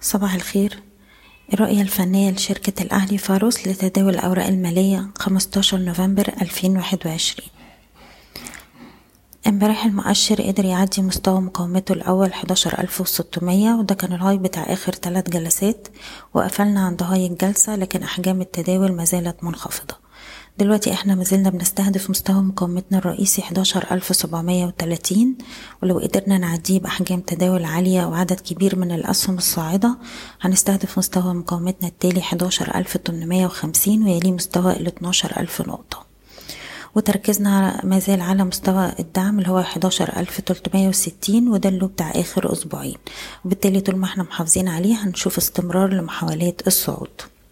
صباح الخير. الرؤية الفنية لشركة الأهلي فاروس لتداول الأوراق المالية 15 نوفمبر 2021. امبارح المؤشر قدر يعدي مستوى مقاومته الأول 11600، وده كان الهاي بتاع آخر 3 جلسات، وقفلنا عند هاي الجلسة، لكن أحجام التداول ما زالت منخفضة. دلوقتي احنا مازلنا بنستهدف مستوى مقاومتنا الرئيسي 11730، ولو قدرنا نعديه بأحجام تداول عالية وعدد كبير من الأسهم الصاعدة هنستهدف مستوى مقاومتنا التالي 11850، ويليه مستوى 12000 نقطة. وتركيزنا مازال على مستوى الدعم اللي هو 11360، وده اللي بتاع آخر أسبوعين، وبالتالي طول ما احنا محافظين عليه هنشوف استمرار لمحاولات الصعود.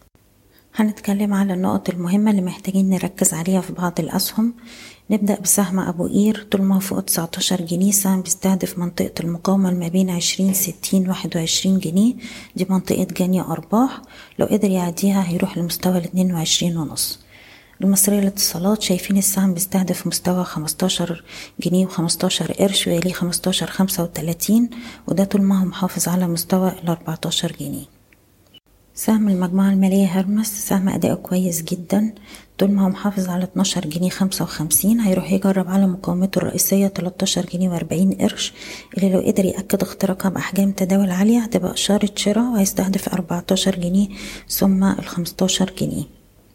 هنتكلم على النقط المهمة اللي محتاجين نركز عليها في بعض الأسهم. نبدأ بسهم أبو قير، طول ما هو فوق 19 جنيه سهم بيستهدف منطقة المقاومة ما بين 20.60 21 جنيه، دي منطقة جني أرباح، لو قدر يعديها هيروح لمستوى 22.5. المصرية للاتصالات شايفين السهم بيستهدف مستوى 15 جنيه و15 قرش، ويليه 15.35، وده طول ما هو محافظ على مستوى 14 جنيه. سهم المجموعة المالية هرمس سهم أداؤه كويس جدا، طول ما هو محافظ على 12 جنيه 55 هيروح يجرب على مقاومته الرئيسية 13 جنيه و40 قرش، اللي لو قدر يأكد اختراقها بأحجام تداول عالية هتبقى إشارة شراء، وهيستهدف 14 جنيه ثم 15 جنيه.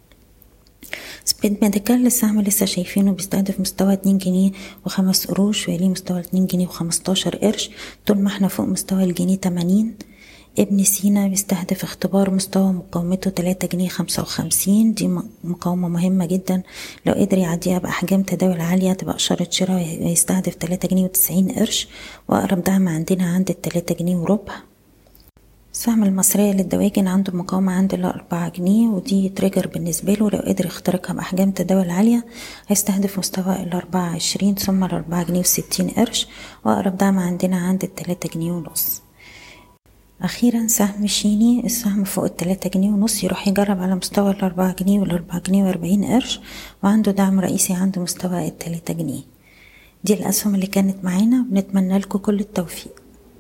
سبيد ميديكال السهم لسه شايفينه بيستهدف مستوى 2 جنيه و5 قروش، ويليه مستوى 2 جنيه و15 قرش، طول ما احنا فوق مستوى الجنيه 80. ابن سينا بيستهدف اختبار مستوى مقاومته 3 جنيه 55، دي مقاومة مهمة جدا، لو قدر يعديها بأحجام تداول عالية تبقى إشارة شراء، ويستهدف 3 جنيه و90 قرش، وأقرب دعم عندنا عند 3 جنيه وربع. سهم المصرية للدواجن عنده مقاومة عند 4 جنيه، ودي تريجر بالنسبة له، لو قدر يخترقها بأحجام تداول عالية هيستهدف مستوى 24 ثم 4 جنيه و60 قرش، وأقرب دعم عندنا عند 3 جنيه ونص. أخيرا سهم شيني السهم فوق 3 جنيه ونص، يروح يجرب على مستوى 4 جنيه و4 جنيه و40 قرش، وعنده دعم رئيسي عند مستوى 3 جنيه. دي الأسهم اللي كانت معانا، ونتمنى لكم كل التوفيق.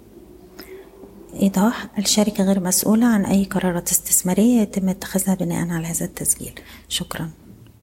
إيضاح: الشركة غير مسؤولة عن أي قرارات استثمارية يتم اتخاذها بناء على هذا التسجيل. شكرا.